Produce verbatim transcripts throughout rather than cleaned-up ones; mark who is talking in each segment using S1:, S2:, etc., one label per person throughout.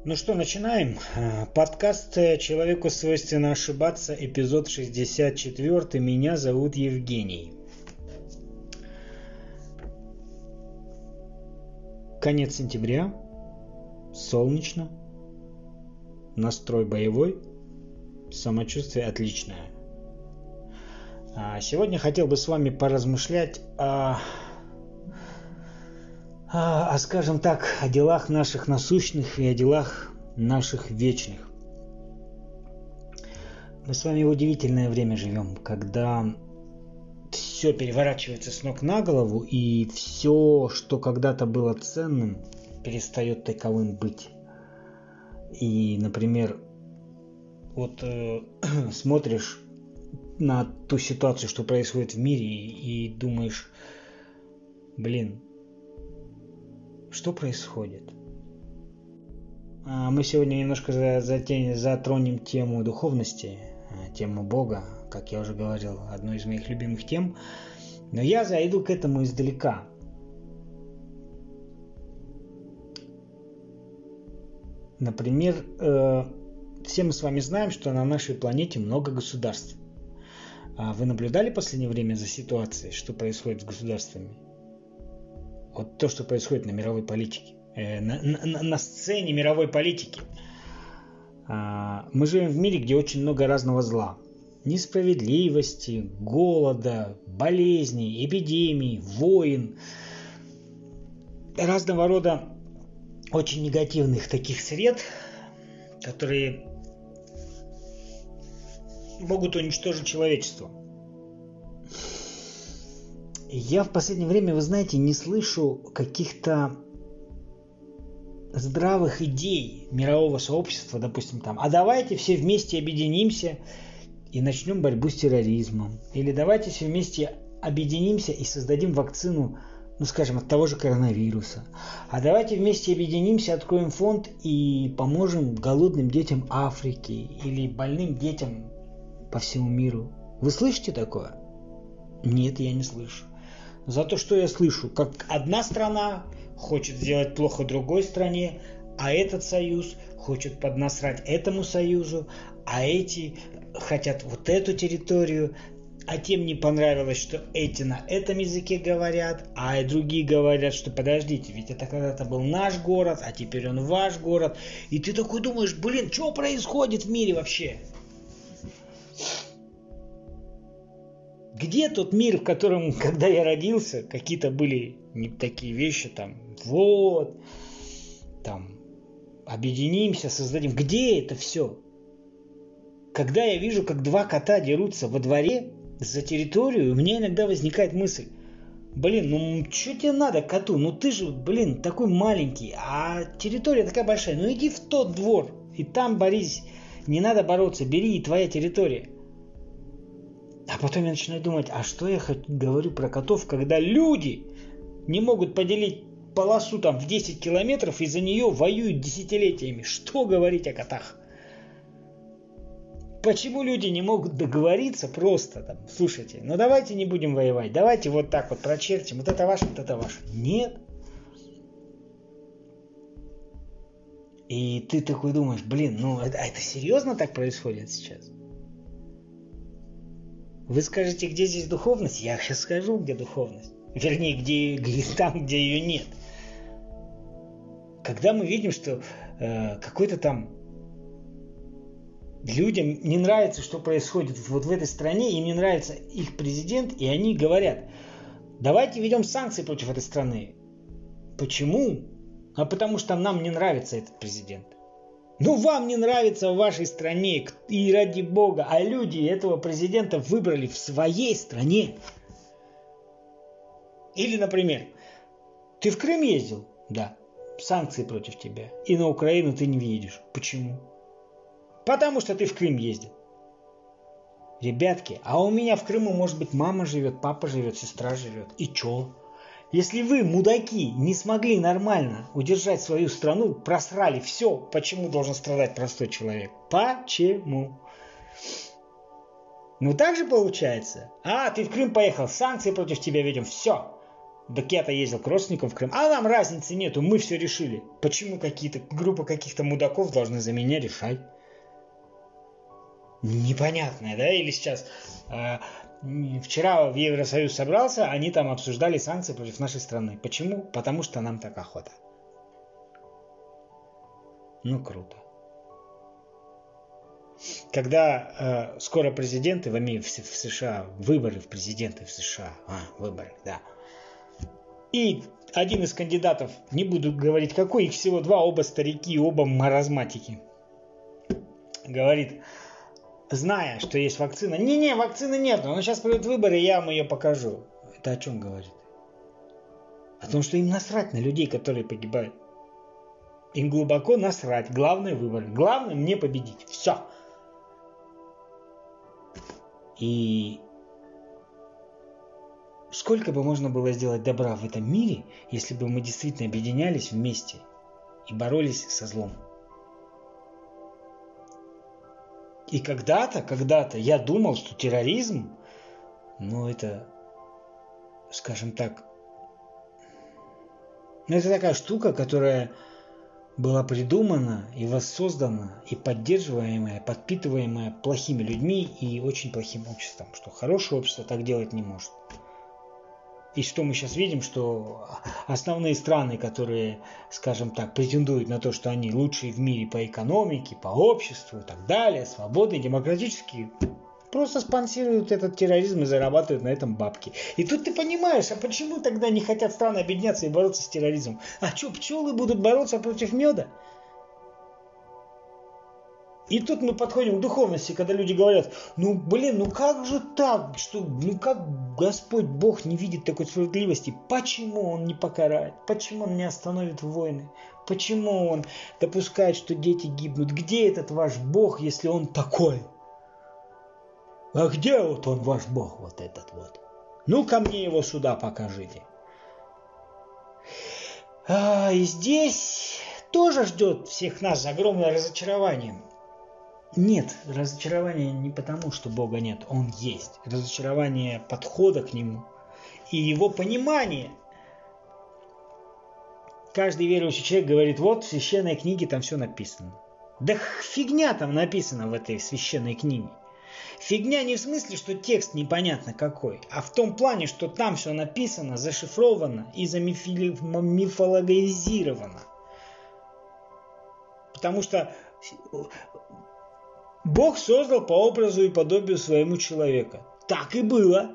S1: Ну что, начинаем. Подкаст «Человеку свойственно ошибаться», эпизод шестьдесят четыре. Меня зовут Евгений. Конец сентября. Солнечно. Настрой боевой. Самочувствие отличное. Сегодня хотел бы с вами поразмышлять о... А, а скажем так, о делах наших насущных и о делах наших вечных. Мы с вами в удивительное время живем, когда все переворачивается с ног на голову, и все, что когда-то было ценным, перестает таковым быть. И, например, вот э, смотришь на ту ситуацию, что происходит в мире, и, и думаешь, блин, что происходит? Мы сегодня немножко затронем тему духовности, тему Бога, как я уже говорил, одну из моих любимых тем. Но я зайду к этому издалека. Например, все мы с вами знаем, что на нашей планете много государств. Вы наблюдали в последнее время за ситуацией, что происходит с государствами? Вот то, что происходит на мировой политике, э, на, на, на сцене мировой политики. А, мы живем в мире, где очень много разного зла. Несправедливости, голода, болезней, эпидемий, войн. Разного рода очень негативных таких сред, которые могут уничтожить человечество. Я в последнее время, вы знаете, не слышу каких-то здравых идей мирового сообщества, допустим, там, а давайте все вместе объединимся и начнем борьбу с терроризмом. Или давайте все вместе объединимся и создадим вакцину, ну, скажем, от того же коронавируса. А давайте вместе объединимся, откроем фонд и поможем голодным детям Африки или больным детям по всему миру. Вы слышите такое? Нет, я не слышу. Зато что я слышу? Как одна страна хочет сделать плохо другой стране, а этот союз хочет поднасрать этому союзу, а эти хотят вот эту территорию, а тем не понравилось, что эти на этом языке говорят, а и другие говорят, что подождите, ведь это когда-то был наш город, а теперь он ваш город. И ты такой думаешь, блин, что происходит в мире вообще? Где тот мир, в котором, когда я родился, какие-то были не такие вещи, там, вот, там, объединимся, создадим. Где это все? Когда я вижу, как два кота дерутся во дворе за территорию, у меня иногда возникает мысль, блин, ну что тебе надо, коту? Ну ты же, блин, такой маленький, а территория такая большая. Ну иди в тот двор и там борись. Не надо бороться, бери, и твоя территория. А потом я начинаю думать, а что я говорю про котов, когда люди не могут поделить полосу там в десять километров и за нее воюют десятилетиями. Что говорить о котах? Почему люди не могут договориться просто там, слушайте, ну давайте не будем воевать, давайте вот так вот прочертим, вот это ваше, вот это ваше. Нет. И ты такой думаешь, блин, ну это, а это серьезно так происходит сейчас? Вы скажете, где здесь духовность? Я сейчас скажу, где духовность. Вернее, где, где там, где ее нет. Когда мы видим, что э, какой-то там людям не нравится, что происходит вот в этой стране, им не нравится их президент, и они говорят, давайте введем санкции против этой страны. Почему? А потому что нам не нравится этот президент. Ну, вам не нравится в вашей стране, и ради бога, а люди этого президента выбрали в своей стране. Или, например, ты в Крым ездил? Да. Санкции против тебя. И на Украину ты не въедешь. Почему? Потому что ты в Крым ездил. Ребятки, а у меня в Крыму, может быть, мама живет, папа живет, сестра живет. И чё? Если вы, мудаки, не смогли нормально удержать свою страну, просрали все, почему должен страдать простой человек? Почему? Ну так же получается. А, ты в Крым поехал, санкции против тебя ведем, все. Так я-то ездил к родственникам в Крым. А нам разницы нету, мы все решили. Почему какие-то группа каких-то мудаков должны за меня решать? Непонятное, да? Или сейчас... Э, вчера в Евросоюз собрался, они там обсуждали санкции против нашей страны. Почему? Потому что нам так охота. Ну, круто. Когда э, скоро президенты в, в, в США, выборы в президенты в США, а, выборы, да. И один из кандидатов, не буду говорить какой, их всего два, оба старики, оба маразматики, говорит, зная, что есть вакцина, не-не, вакцины нет, но сейчас придут выборы, я вам ее покажу. Это о чем говорит? О том, что им насрать на людей, которые погибают. Им глубоко насрать. Главное выборы. Главное мне победить. Все. И сколько бы можно было сделать добра в этом мире, если бы мы действительно объединялись вместе и боролись со злом. И когда-то, когда-то я думал, что терроризм, ну это, скажем так, ну это такая штука, которая была придумана и воссоздана, и поддерживаемая, подпитываемая плохими людьми и очень плохим обществом, что хорошее общество так делать не может. И что мы сейчас видим, что основные страны, которые, скажем так, претендуют на то, что они лучшие в мире по экономике, по обществу и так далее, свободные, демократические, просто спонсируют этот терроризм и зарабатывают на этом бабки. И тут ты понимаешь, а почему тогда не хотят страны объединяться и бороться с терроризмом? А что, пчелы будут бороться против меда? И тут мы подходим к духовности, когда люди говорят, ну блин, ну как же так, что, ну как Господь Бог не видит такой справедливости, почему Он не покарает, почему Он не остановит войны, почему Он допускает, что дети гибнут, где этот ваш Бог, если Он такой? А где вот Он ваш Бог, вот этот вот? Ну ко мне его сюда покажите. А, и здесь тоже ждет всех нас огромное разочарование. Нет, разочарование не потому, что Бога нет, Он есть. Разочарование подхода к Нему и Его понимание. Каждый верующий человек говорит, вот в священной книге там все написано. Да фигня там написано в этой священной книге. Фигня не в смысле, что текст непонятно какой, а в том плане, что там все написано, зашифровано и замифологизировано. Потому что Бог создал по образу и подобию своему человека. Так и было.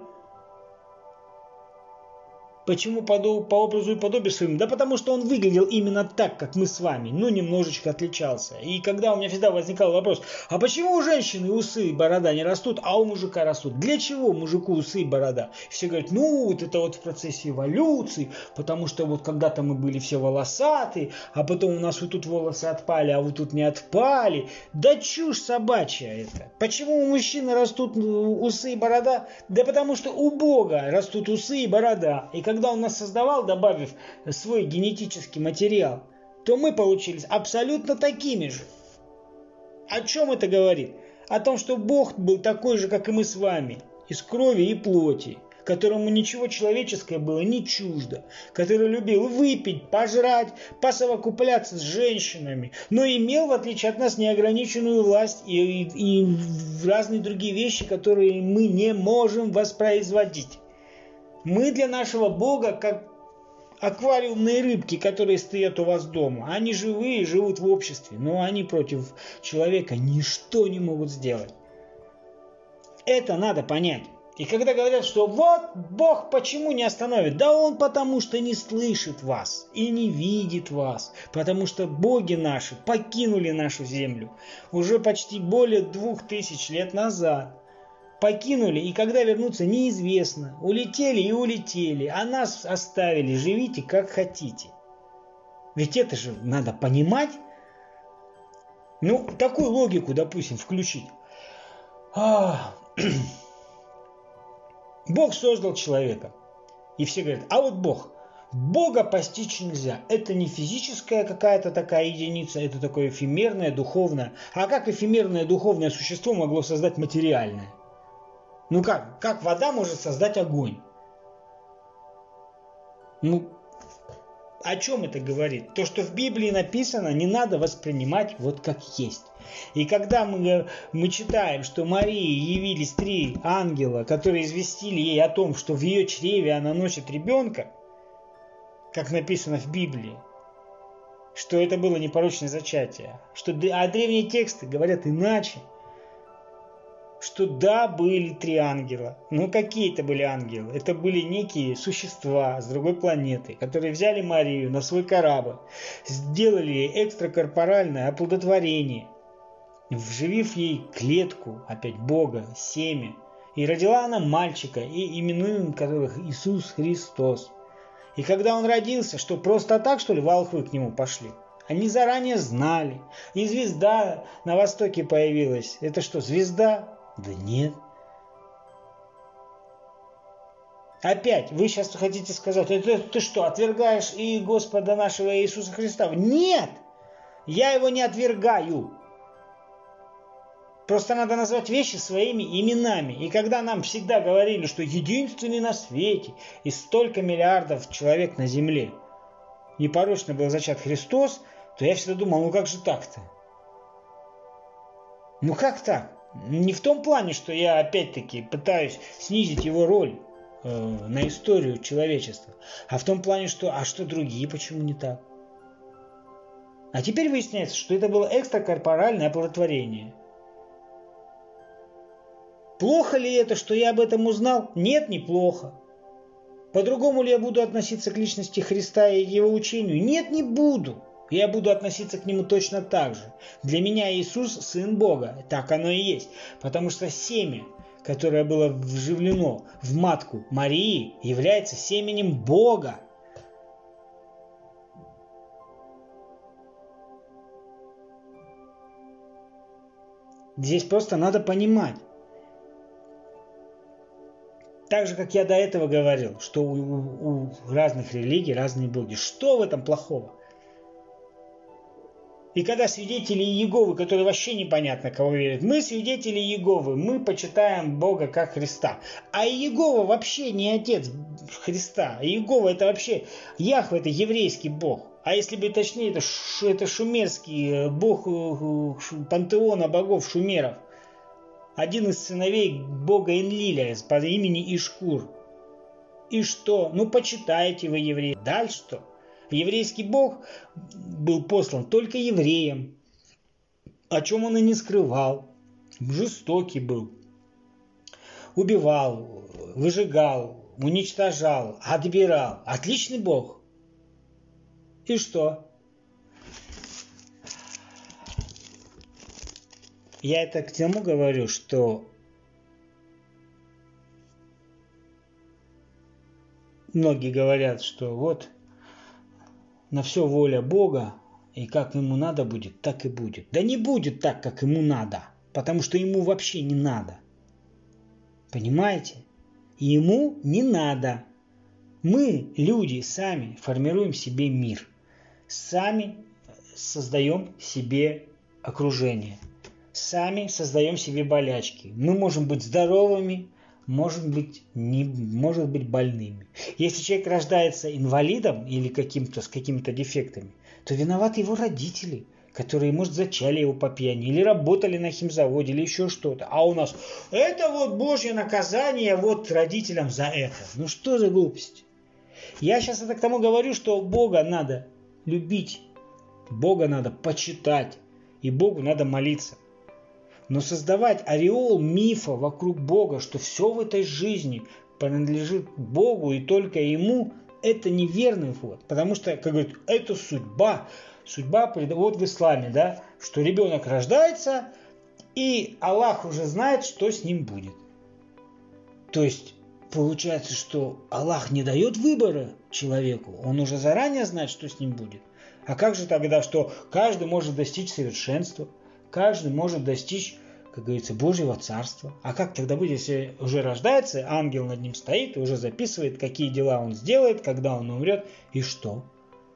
S1: Почему по, по образу и подобию своему? Да потому что он выглядел именно так, как мы с вами, но немножечко отличался. И когда у меня всегда возникал вопрос, а почему у женщины усы и борода не растут, а у мужика растут? Для чего мужику усы и борода? Все говорят, ну вот это вот в процессе эволюции, потому что вот когда-то мы были все волосатые, а потом у нас вот тут волосы отпали, а вот тут не отпали. Да чушь собачья это. Почему у мужчины растут усы и борода? Да потому что у Бога растут усы и борода. И когда Он нас создавал, добавив свой генетический материал, то мы получились абсолютно такими же. О чем это говорит? О том, что Бог был такой же, как и мы с вами, из крови и плоти, которому ничего человеческое было не чуждо, который любил выпить, пожрать, посовокупляться с женщинами, но имел, в отличие от нас, неограниченную власть и, и, и разные другие вещи, которые мы не можем воспроизводить. Мы для нашего Бога как аквариумные рыбки, которые стоят у вас дома. Они живые, живут в обществе, но они против человека ничто не могут сделать. Это надо понять. И когда говорят, что вот Бог почему не остановит? Да Он потому что не слышит вас и не видит вас. Потому что боги наши покинули нашу землю уже почти более двух тысяч лет назад. Покинули, и когда вернутся, неизвестно. Улетели и улетели, а нас оставили. Живите как хотите. Ведь это же надо понимать. Ну, такую логику, допустим, включить. А, Бог создал человека. И все говорят, а вот Бог. Бога постичь нельзя. Это не физическая какая-то такая единица, это такое эфемерное, духовное. А как эфемерное, духовное существо могло создать материальное? Ну как? Как вода может создать огонь? Ну, о чем это говорит? То, что в Библии написано, не надо воспринимать вот как есть. И когда мы, мы читаем, что Марии явились три ангела, которые известили ей о том, что в ее чреве она носит ребенка, как написано в Библии, что это было непорочное зачатие, что, а древние тексты говорят иначе, что да, были три ангела. Но какие это были ангелы? Это были некие существа с другой планеты, которые взяли Марию на свой корабль, сделали ей экстракорпоральное оплодотворение, вживив ей клетку, опять Бога, семя. И родила она мальчика, и именуем которых Иисус Христос. И когда он родился, что просто так, что ли, волхвы к нему пошли? Они заранее знали. И звезда на востоке появилась. Это что, звезда? Да нет. Опять, вы сейчас хотите сказать, это ты что, отвергаешь и Господа нашего Иисуса Христа? Нет! Я его не отвергаю. Просто надо назвать вещи своими именами. И когда нам всегда говорили, что единственный на свете и столько миллиардов человек на земле непорочно был зачат Христос, то я всегда думал, ну как же так-то? Ну как так? Не в том плане, что я опять-таки пытаюсь снизить его роль э, на историю человечества, а в том плане, что а что другие, почему не так? А теперь выясняется, что это было экстракорпоральное оплодотворение. Плохо ли это, что я об этом узнал? Нет, неплохо. По-другому ли я буду относиться к личности Христа и его учению? Нет, не буду. Я буду относиться к нему точно так же. Для меня Иисус – Сын Бога. Так оно и есть. Потому что семя, которое было вживлено в матку Марии, является семенем Бога. Здесь просто надо понимать. Так же, как я до этого говорил, что у, у разных религий разные боги. Что в этом плохого? И когда свидетели Иеговы, которые вообще непонятно кого верят, мы свидетели Иеговы, мы почитаем Бога как Христа. А Иегова вообще не отец Христа. Иегова это вообще, Яхве это еврейский бог. А если быть точнее, это, это шумерский бог пантеона богов шумеров. Один из сыновей бога Энлиля по имени Ишкур. И что? Ну почитайте вы, евреи. Дальше что? Еврейский бог был послан только евреям, о чем он и не скрывал. Жестокий был. Убивал, выжигал, уничтожал, отбирал. Отличный бог. И что? Я это к тому говорю, что многие говорят, что вот на все воля Бога, и как ему надо будет, так и будет. Да не будет так, как ему надо, потому что ему вообще не надо. Понимаете? Ему не надо. Мы, люди, сами формируем себе мир. Сами создаем себе окружение. Сами создаем себе болячки. Мы можем быть здоровыми, может быть, не, может быть больными. Если человек рождается инвалидом или каким-то, с какими-то дефектами, то виноваты его родители, которые, может, зачали его по пьяни, или работали на химзаводе, или еще что-то. А у нас это вот Божье наказание вот родителям за это. Ну что за глупость? Я сейчас это к тому говорю, что Бога надо любить, Бога надо почитать, и Богу надо молиться. Но создавать ореол мифа вокруг Бога, что все в этой жизни принадлежит Богу и только Ему, это неверный вход. Потому что, как говорят, это судьба. Судьба, вот в исламе, да, что ребенок рождается, и Аллах уже знает, что с ним будет. То есть, получается, что Аллах не дает выбора человеку. Он уже заранее знает, что с ним будет. А как же тогда, что каждый может достичь совершенства? Каждый может достичь, как говорится, Божьего царства. А как тогда будет, если уже рождается, ангел над ним стоит и уже записывает, какие дела он сделает, когда он умрет и что?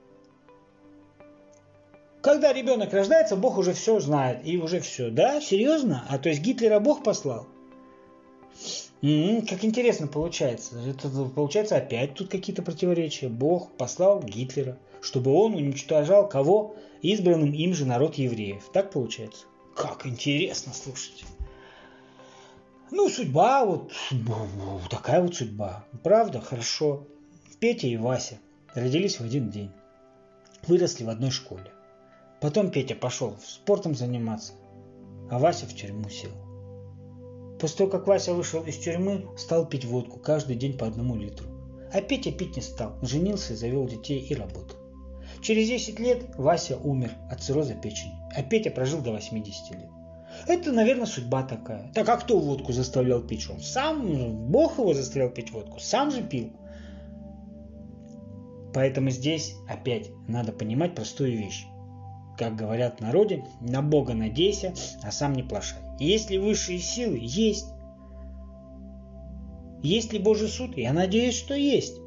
S1: Когда ребенок рождается, Бог уже все знает и уже все. Да, серьезно? А то есть Гитлера Бог послал? М-м, как интересно получается. Это получается опять тут какие-то противоречия. Бог послал Гитлера, чтобы он уничтожал кого? Избранным им же народ евреев. Так получается? Как интересно, слушайте. Ну, судьба, вот такая вот судьба. Правда, хорошо. Петя и Вася родились в один день. Выросли в одной школе. Потом Петя пошел спортом заниматься, а Вася в тюрьму сел. После того, как Вася вышел из тюрьмы, стал пить водку каждый день по одному литру. А Петя пить не стал, женился, завел детей и работал. Через десять лет Вася умер от цирроза печени, а Петя прожил до восьмидесяти лет. Это, наверное, судьба такая. Так а кто водку заставлял пить? Он сам, Бог его заставлял пить водку, сам же пил. Поэтому здесь опять надо понимать простую вещь. Как говорят в народе, на Бога надейся, а сам не плашай. Есть ли высшие силы? Есть. Есть ли Божий суд? Я надеюсь, что есть.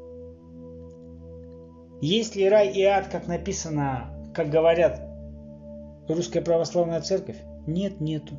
S1: Есть ли рай и ад, как написано, как говорят Русская Православная Церковь? Нет, нету.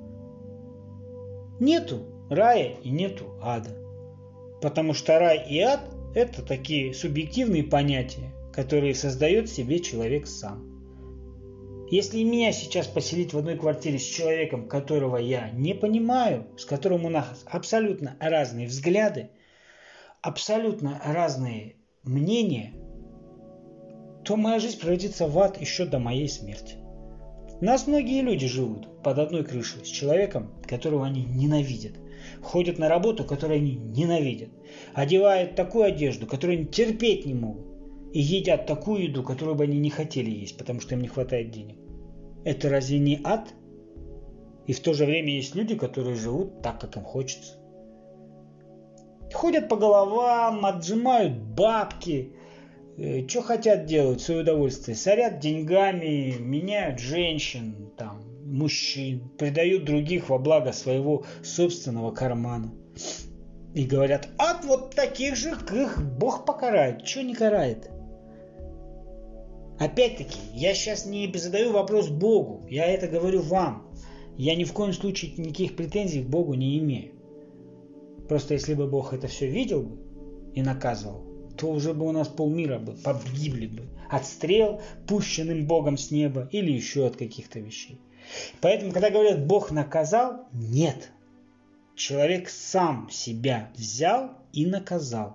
S1: Нету рая и нету ада. Потому что рай и ад – это такие субъективные понятия, которые создает себе человек сам. Если меня сейчас поселить в одной квартире с человеком, которого я не понимаю, с которым у нас абсолютно разные взгляды, абсолютно разные мнения, то моя жизнь превратится в ад еще до моей смерти. У нас многие люди живут под одной крышей с человеком, которого они ненавидят. Ходят на работу, которую они ненавидят. Одевают такую одежду, которую они терпеть не могут. И едят такую еду, которую бы они не хотели есть, потому что им не хватает денег. Это разве не ад? И в то же время есть люди, которые живут так, как им хочется. Ходят по головам, отжимают бабки. Э, что хотят делать в свое удовольствие? Сорят деньгами, меняют женщин, там, мужчин, предают других во благо своего собственного кармана. И говорят, ад вот таких же, их Бог покарает. Чего не карает? Опять-таки, я сейчас не задаю вопрос Богу, я это говорю вам. Я ни в коем случае никаких претензий к Богу не имею. Просто если бы Бог это все видел бы и наказывал, то уже бы у нас полмира бы погибли бы от стрел, пущенным Богом с неба или еще от каких-то вещей. Поэтому, когда говорят, Бог наказал, нет. Человек сам себя взял и наказал.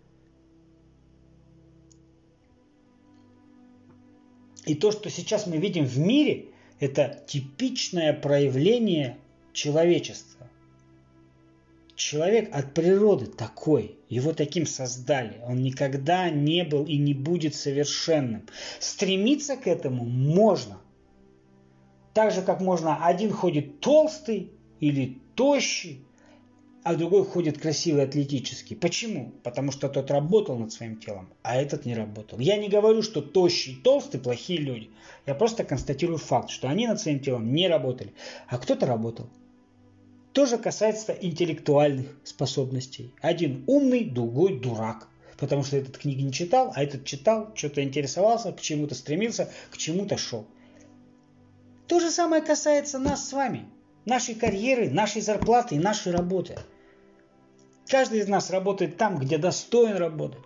S1: И то, что сейчас мы видим в мире, это типичное проявление человечества. Человек от природы такой, его таким создали. Он никогда не был и не будет совершенным. Стремиться к этому можно. Так же, как можно, один ходит толстый или тощий, а другой ходит красивый, атлетический. Почему? Потому что тот работал над своим телом, а этот не работал. Я не говорю, что тощий и толстый плохие люди. Я просто констатирую факт, что они над своим телом не работали, а кто-то работал. То же касается интеллектуальных способностей. Один умный, другой дурак. Потому что этот книги не читал, а этот читал, что-то интересовался, к чему-то стремился, к чему-то шел. То же самое касается нас с вами. Нашей карьеры, нашей зарплаты и нашей работы. Каждый из нас работает там, где достоин работать.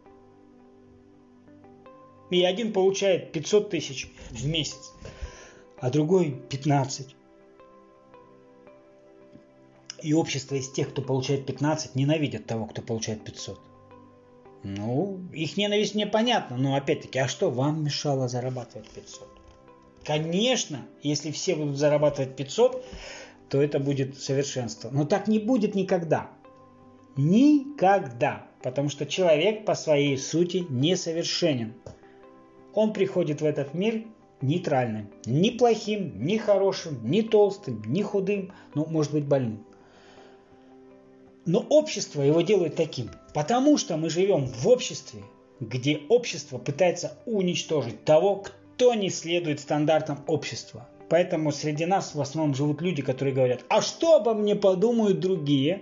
S1: И один получает пятьсот тысяч в месяц, а другой пятнадцать. И общество из тех, кто получает пятнадцать, ненавидят того, кто получает пятьсот. Ну, их ненависть мне понятна, но опять-таки, а что вам мешало зарабатывать пятьсот? Конечно, если все будут зарабатывать пятьсот, то это будет совершенство. Но так не будет никогда. Никогда. Потому что человек по своей сути несовершенен. Он приходит в этот мир нейтральным. Ни плохим, ни хорошим, ни толстым, ни худым, ну, может быть, больным. Но общество его делает таким. Потому что мы живем в обществе, где общество пытается уничтожить того, кто не следует стандартам общества. Поэтому среди нас в основном живут люди, которые говорят, а что обо мне подумают другие?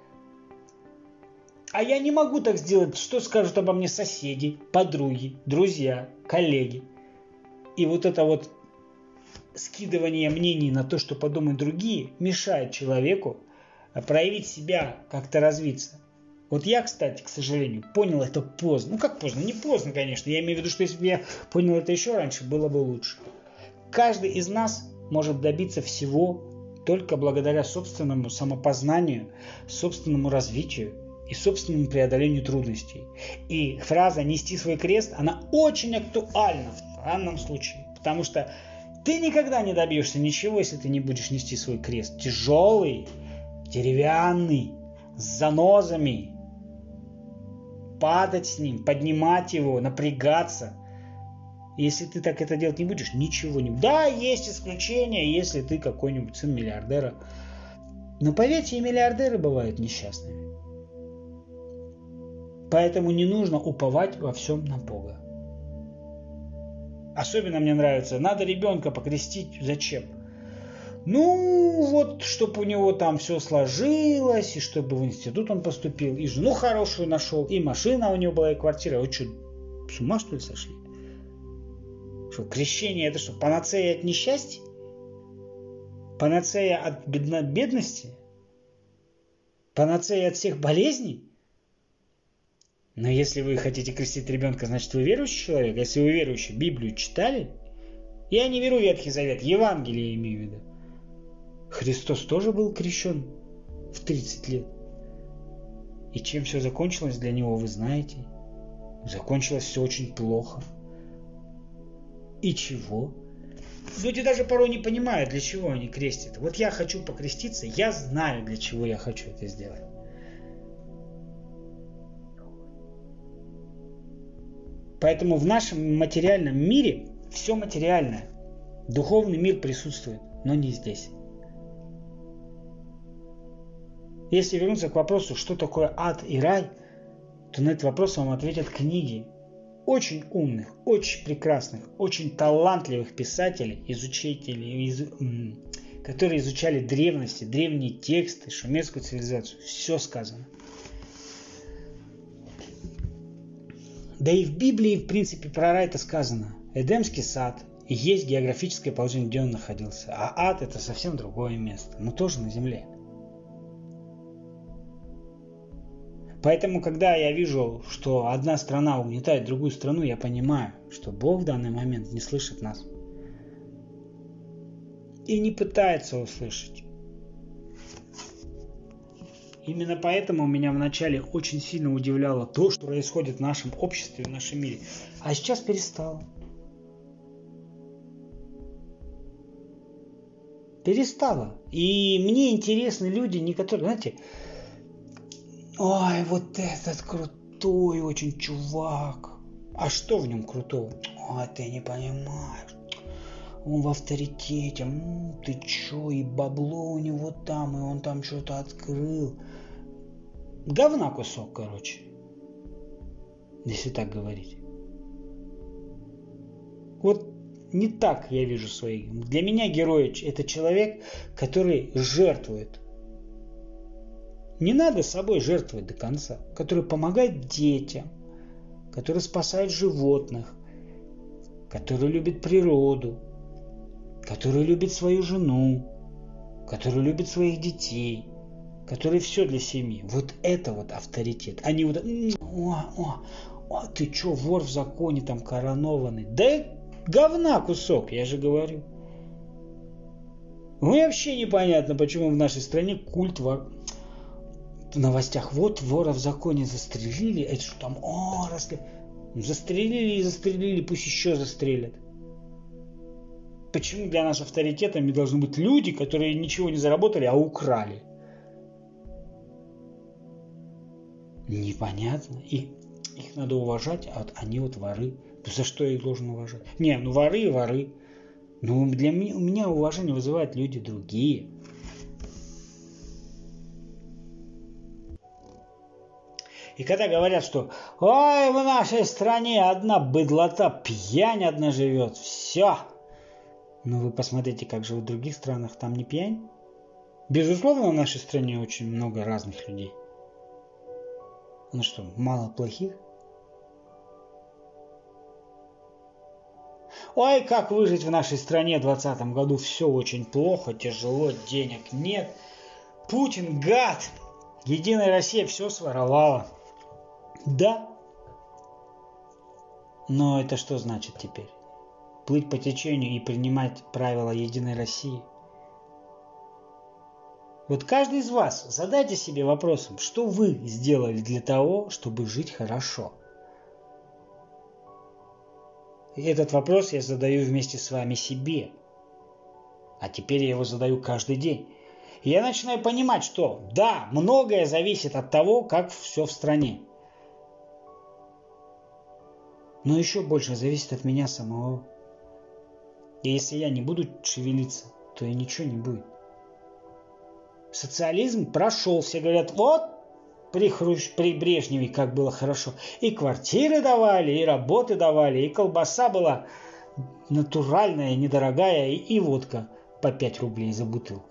S1: А я не могу так сделать, что скажут обо мне соседи, подруги, друзья, коллеги. И вот это вот скидывание мнений на то, что подумают другие, мешает человеку проявить себя, как-то развиться. Вот я, кстати, к сожалению, понял это поздно. Ну как поздно? Не поздно, конечно. Я имею в виду, что если бы я понял это еще раньше, было бы лучше. Каждый из нас может добиться всего только благодаря собственному самопознанию, собственному развитию и собственному преодолению трудностей. И фраза «нести свой крест», она очень актуальна в данном случае. Потому что ты никогда не добьешься ничего, если ты не будешь нести свой крест. Тяжелый, деревянный, с занозами. Падать с ним, поднимать его, напрягаться. Если ты так это делать не будешь, ничего не будет. Да, есть исключения, если ты какой-нибудь сын миллиардера. Но поверьте, и миллиардеры бывают несчастными. Поэтому не нужно уповать во всем на Бога. Особенно мне нравится, надо ребенка покрестить. Зачем? Ну, вот, чтобы у него там все сложилось, и чтобы в институт он поступил, и жену хорошую нашел, и машина у него была, и квартира. Вы что, с ума что ли сошли? Что, крещение это что, панацея от несчастья? Панацея от бедно- бедности? Панацея от всех болезней? Но если вы хотите крестить ребенка, значит вы верующий человек. Если вы верующий, Библию читали? Я не верю в Ветхий Завет, Евангелие имею в виду. Христос тоже был крещен в тридцать лет. И чем все закончилось для него, вы знаете. Закончилось все очень плохо. И чего? Люди даже порой не понимают, для чего они крестят. Вот я хочу покреститься, я знаю, для чего я хочу это сделать. Поэтому в нашем материальном мире все материальное. Духовный мир присутствует, но не здесь. Если вернуться к вопросу, что такое ад и рай, то на этот вопрос вам ответят книги очень умных, очень прекрасных, очень талантливых писателей, изучителей, из, которые изучали древности, древние тексты, шумерскую цивилизацию. Все сказано. Да и в Библии, в принципе, про рай это сказано. Эдемский сад, и есть географическое положение, где он находился. А ад это совсем другое место, но тоже на земле. Поэтому, когда я вижу, что одна страна угнетает другую страну, я понимаю, что Бог в данный момент не слышит нас. И не пытается услышать. Именно поэтому меня вначале очень сильно удивляло то, что происходит в нашем обществе, в нашем мире. А сейчас перестало. Перестало. И мне интересны люди, не которые, знаете, ой, вот этот крутой очень чувак. А что в нем крутого? Ой, ты не понимаешь. Он в авторитете. М-м, ты чё, и бабло у него там, и он там что-то открыл. Говна кусок, короче. Если так говорить. Вот не так я вижу своих. Для меня герой – это человек, который жертвует. Не надо собой жертвовать до конца. Который помогает детям, который спасает животных, который любит природу, который любит свою жену, который любит своих детей, который все для семьи. Вот это вот авторитет. Они вот, о, о, о, ты чё, вор в законе там коронованный. Да говна кусок, я же говорю. Мне вообще непонятно, почему в нашей стране культ вор... в новостях. Вот вора в законе застрелили, это что там, о, расли... застрелили и застрелили, пусть еще застрелят. Почему для нас авторитетами должны быть люди, которые ничего не заработали, а украли? Непонятно. И их надо уважать, а вот они вот воры. За что я их должен уважать? Не, ну воры и воры. Но для меня, у меня уважение вызывают люди другие. И когда говорят, что ой, в нашей стране одна быдлота, пьянь одна живет, все. Ну вы посмотрите, как живут в других странах, там не пьянь. Безусловно, в нашей стране очень много разных людей. Ну что, мало плохих? Ой, как выжить в нашей стране в двадцатом году, все очень плохо, тяжело, денег нет. Путин гад. Единая Россия все своровала. Да. Но это что значит теперь? Плыть по течению и принимать правила Единой России? Вот каждый из вас задайте себе вопросом, что вы сделали для того, чтобы жить хорошо. И этот вопрос я задаю вместе с вами себе. А теперь я его задаю каждый день. И я начинаю понимать, что да, многое зависит от того, как все в стране. Но еще больше зависит от меня самого. И если я не буду шевелиться, то и ничего не будет. Социализм прошел, все говорят, вот при, Хрущ... при Брежневе как было хорошо. И квартиры давали, и работы давали, и колбаса была натуральная, недорогая, и, и водка по пять рублей за бутылку.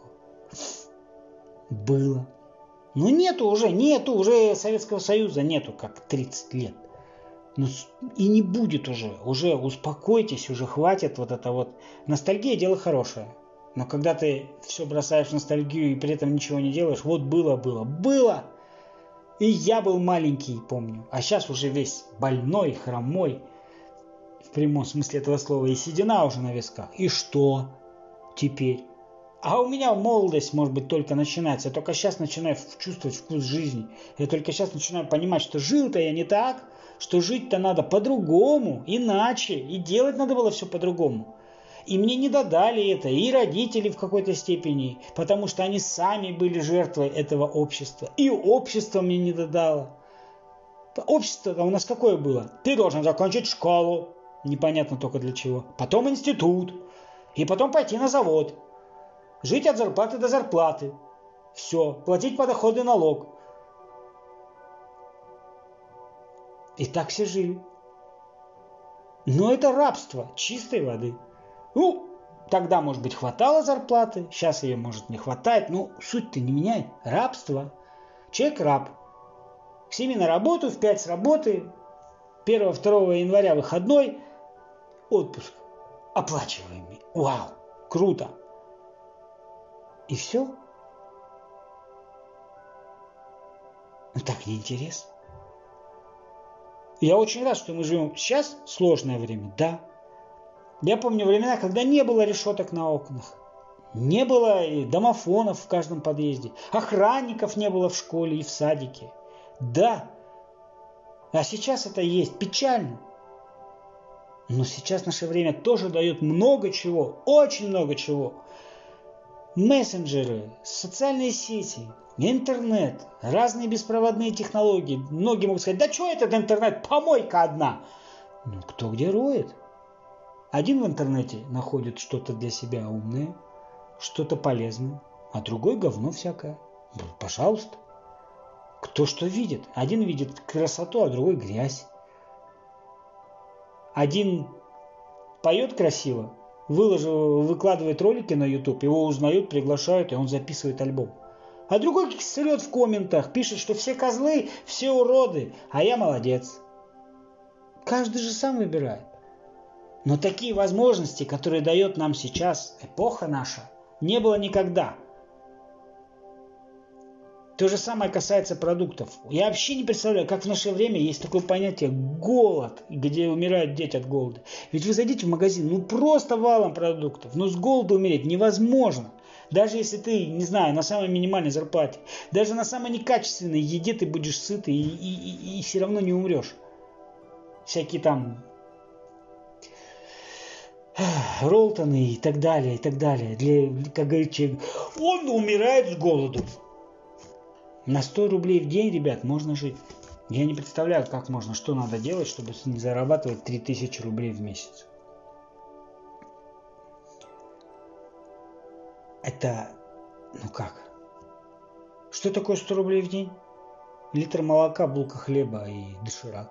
S1: Было. Но нету уже, нету уже Советского Союза, нету как тридцать лет. Ну, и не будет уже. Уже успокойтесь, уже хватит вот это вот. Ностальгия – дело хорошее. Но когда ты все бросаешь в ностальгию и при этом ничего не делаешь, вот было, было, было. И я был маленький, помню. А сейчас уже весь больной, хромой. В прямом смысле этого слова. И седина уже на висках. И что теперь? А у меня молодость, может быть, только начинается. Я только сейчас начинаю чувствовать вкус жизни. Я только сейчас начинаю понимать, что жил-то я не так, что жить-то надо по-другому, иначе. И делать надо было все по-другому. И мне не додали это, и родители в какой-то степени, потому что они сами были жертвой этого общества. И общество мне не додало. Общество-то у нас какое было? Ты должен закончить школу, непонятно только для чего. Потом институт, и потом пойти на завод. Жить от зарплаты до зарплаты. Все, платить подоходный налог. И так все жили. Но это рабство чистой воды. Ну, тогда, может быть, хватало зарплаты, сейчас ее, может, не хватает, но суть-то не меняет. Рабство. Человек раб. К семи на работу, в пять с работы, первого-второго января выходной, отпуск оплачиваемый. Вау, круто. И все. Ну так неинтересно. Я очень рад, что мы живем сейчас сложное время, да. Я помню времена, когда не было решеток на окнах, не было и домофонов в каждом подъезде, охранников не было в школе и в садике. Да, а сейчас это есть, печально. Но сейчас наше время тоже дает много чего, очень много чего. Мессенджеры, социальные сети, интернет, разные беспроводные технологии. Многие могут сказать, да что этот интернет, помойка одна. Ну кто где роет? Один в интернете находит что-то для себя умное, что-то полезное, а другой говно всякое. Пожалуйста. Кто что видит. Один видит красоту, а другой грязь. Один поет красиво, выложил, выкладывает ролики на YouTube, его узнают, приглашают, и он записывает альбом. А другой срет в комментах, пишет, что все козлы, все уроды, а я молодец. Каждый же сам выбирает. Но такие возможности, которые дает нам сейчас эпоха наша, не было никогда. То же самое касается продуктов. Я вообще не представляю, как в наше время есть такое понятие голод, где умирают дети от голода. Ведь вы зайдите в магазин, ну просто валом продуктов, но с голода умереть невозможно. Даже если ты, не знаю, на самой минимальной зарплате, даже на самой некачественной еде ты будешь сытый и, и, и, и все равно не умрешь. Всякие там Ролтоны и так далее, и так далее. Для, как говорит человек, он умирает с голоду. На сто рублей в день, ребят, можно жить. Я не представляю, как можно, что надо делать, чтобы не зарабатывать три тысячи рублей в месяц. Это, ну как? Что такое сто рублей в день? Литр молока, булка хлеба и доширак.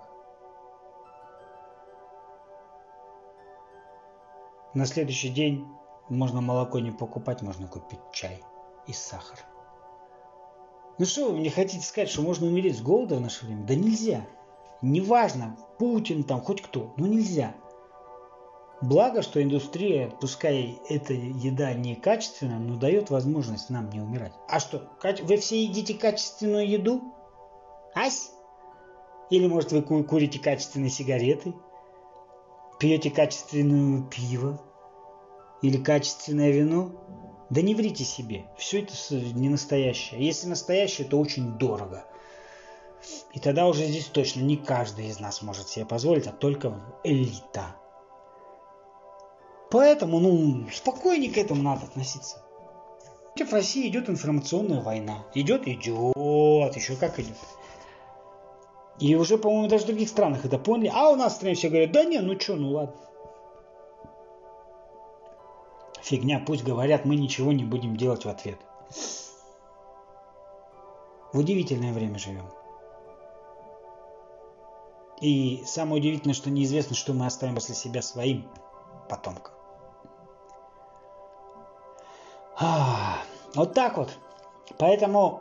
S1: На следующий день можно молоко не покупать, можно купить чай и сахар. Ну что вы мне хотите сказать, что можно умереть с голода в наше время? Да нельзя. Неважно, Путин там, хоть кто, но нельзя. Благо, что индустрия, пускай эта еда не качественная, но дает возможность нам не умирать. А что, вы все едите качественную еду? Ась? Или, может, вы курите качественные сигареты? Пьете качественное пиво? Или качественное вино? Да не врите себе. Все это не настоящее. Если настоящее, то очень дорого. И тогда уже здесь точно не каждый из нас может себе позволить, а только элита. Поэтому, ну, спокойнее к этому надо относиться. В России идет информационная война. Идет, идет, еще как идет. И уже, по-моему, даже в других странах это поняли. А у нас в стране все говорят, да не, ну что, ну ладно. Фигня, пусть говорят, мы ничего не будем делать в ответ. В удивительное время живем. И самое удивительное, что неизвестно, что мы оставим после себя своим потомкам. А, вот так вот. Поэтому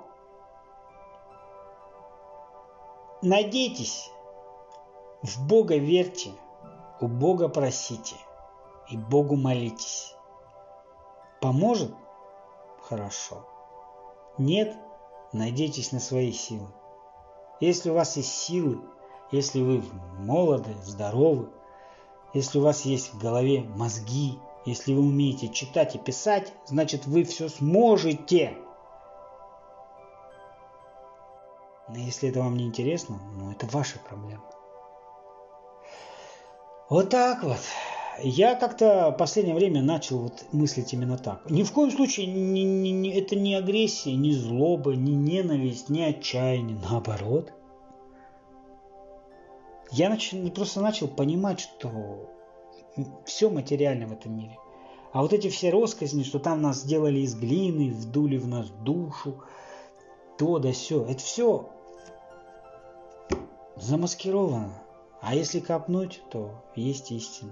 S1: надейтесь, в Бога верьте, у Бога просите и Богу молитесь. Поможет? Хорошо. Нет? Надейтесь на свои силы. Если у вас есть силы, если вы молоды, здоровы, если у вас есть в голове мозги, если вы умеете читать и писать, значит вы все сможете. Но если это вам не интересно, ну это ваша проблема. Вот так вот. Я как-то в последнее время начал вот мыслить именно так. Ни в коем случае не, не, не, это не агрессия, не злоба, не ненависть, не отчаяние. Наоборот. Я начал, просто начал понимать, что все материально в этом мире. А вот эти все россказни, что там нас сделали из глины, вдули в нас душу, то да сё, это все замаскировано. А если копнуть, то есть истина.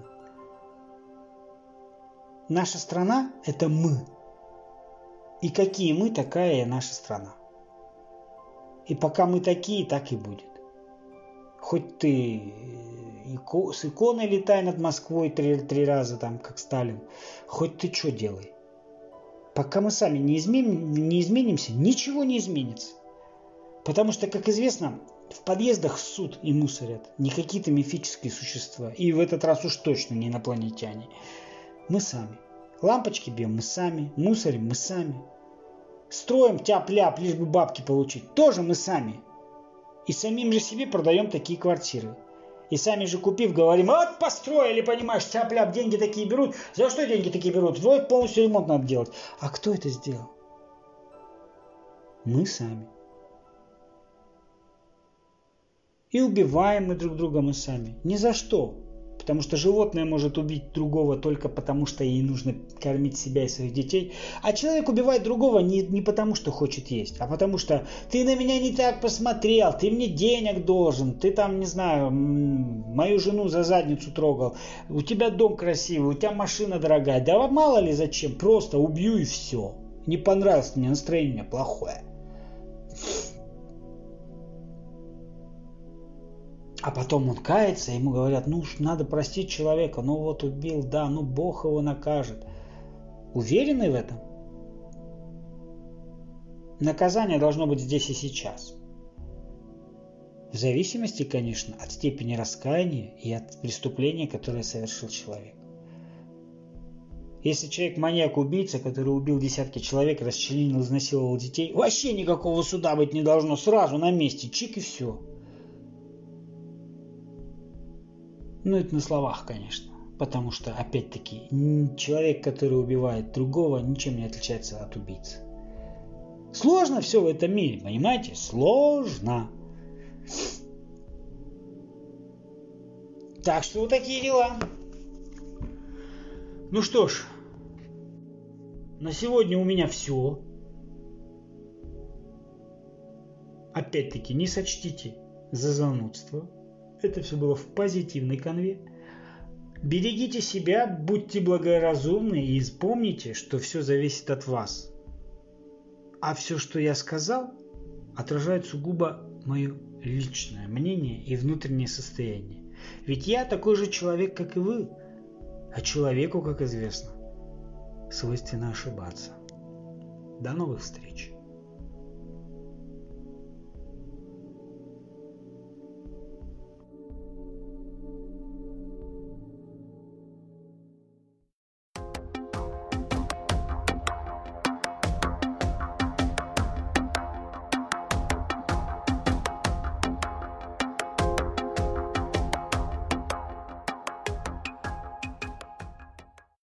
S1: Наша страна – это мы. И какие мы, такая и наша страна. И пока мы такие, так и будет. Хоть ты с иконой летай над Москвой три, три раза, там, как Сталин, хоть ты что делай. Пока мы сами не, изменим, не изменимся, ничего не изменится. Потому что, как известно, в подъездах ссут и мусорят не какие-то мифические существа. И в этот раз уж точно не инопланетяне. Мы сами. Лампочки бьем мы сами, мусорим мы сами. Строим тяп-ляп, лишь бы бабки получить, тоже мы сами. И самим же себе продаем такие квартиры. И сами же купив, говорим, вот построили, понимаешь, тяп-ляп, деньги такие берут. За что деньги такие берут? Вот полностью ремонт надо делать. А кто это сделал? Мы сами. И убиваем мы друг друга мы сами. Ни за что. Потому что животное может убить другого только потому, что ей нужно кормить себя и своих детей. А человек убивает другого не, не потому, что хочет есть, а потому что ты на меня не так посмотрел, ты мне денег должен, ты там, не знаю, мою жену за задницу трогал, у тебя дом красивый, у тебя машина дорогая. Да мало ли зачем, просто убью и все. Не понравилось мне, настроение плохое. А потом он кается, ему говорят, ну надо простить человека, ну вот убил, да, ну Бог его накажет. Уверены в этом? Наказание должно быть здесь и сейчас. В зависимости, конечно, от степени раскаяния и от преступления, которое совершил человек. Если человек маньяк-убийца, который убил десятки человек, расчленил, изнасиловал детей, вообще никакого суда быть не должно, сразу на месте, чик и все. Ну, это на словах, конечно. Потому что, опять-таки, человек, который убивает другого, ничем не отличается от убийцы. Сложно все в этом мире, понимаете? Сложно. Так что вот такие дела. Ну что ж, на сегодня у меня все. Опять-таки, не сочтите за занудство. Это все было в позитивной канве. Берегите себя, будьте благоразумны и помните, что все зависит от вас. А все, что я сказал, отражает сугубо мое личное мнение и внутреннее состояние. Ведь я такой же человек, как и вы. А человеку, как известно, свойственно ошибаться. До новых встреч!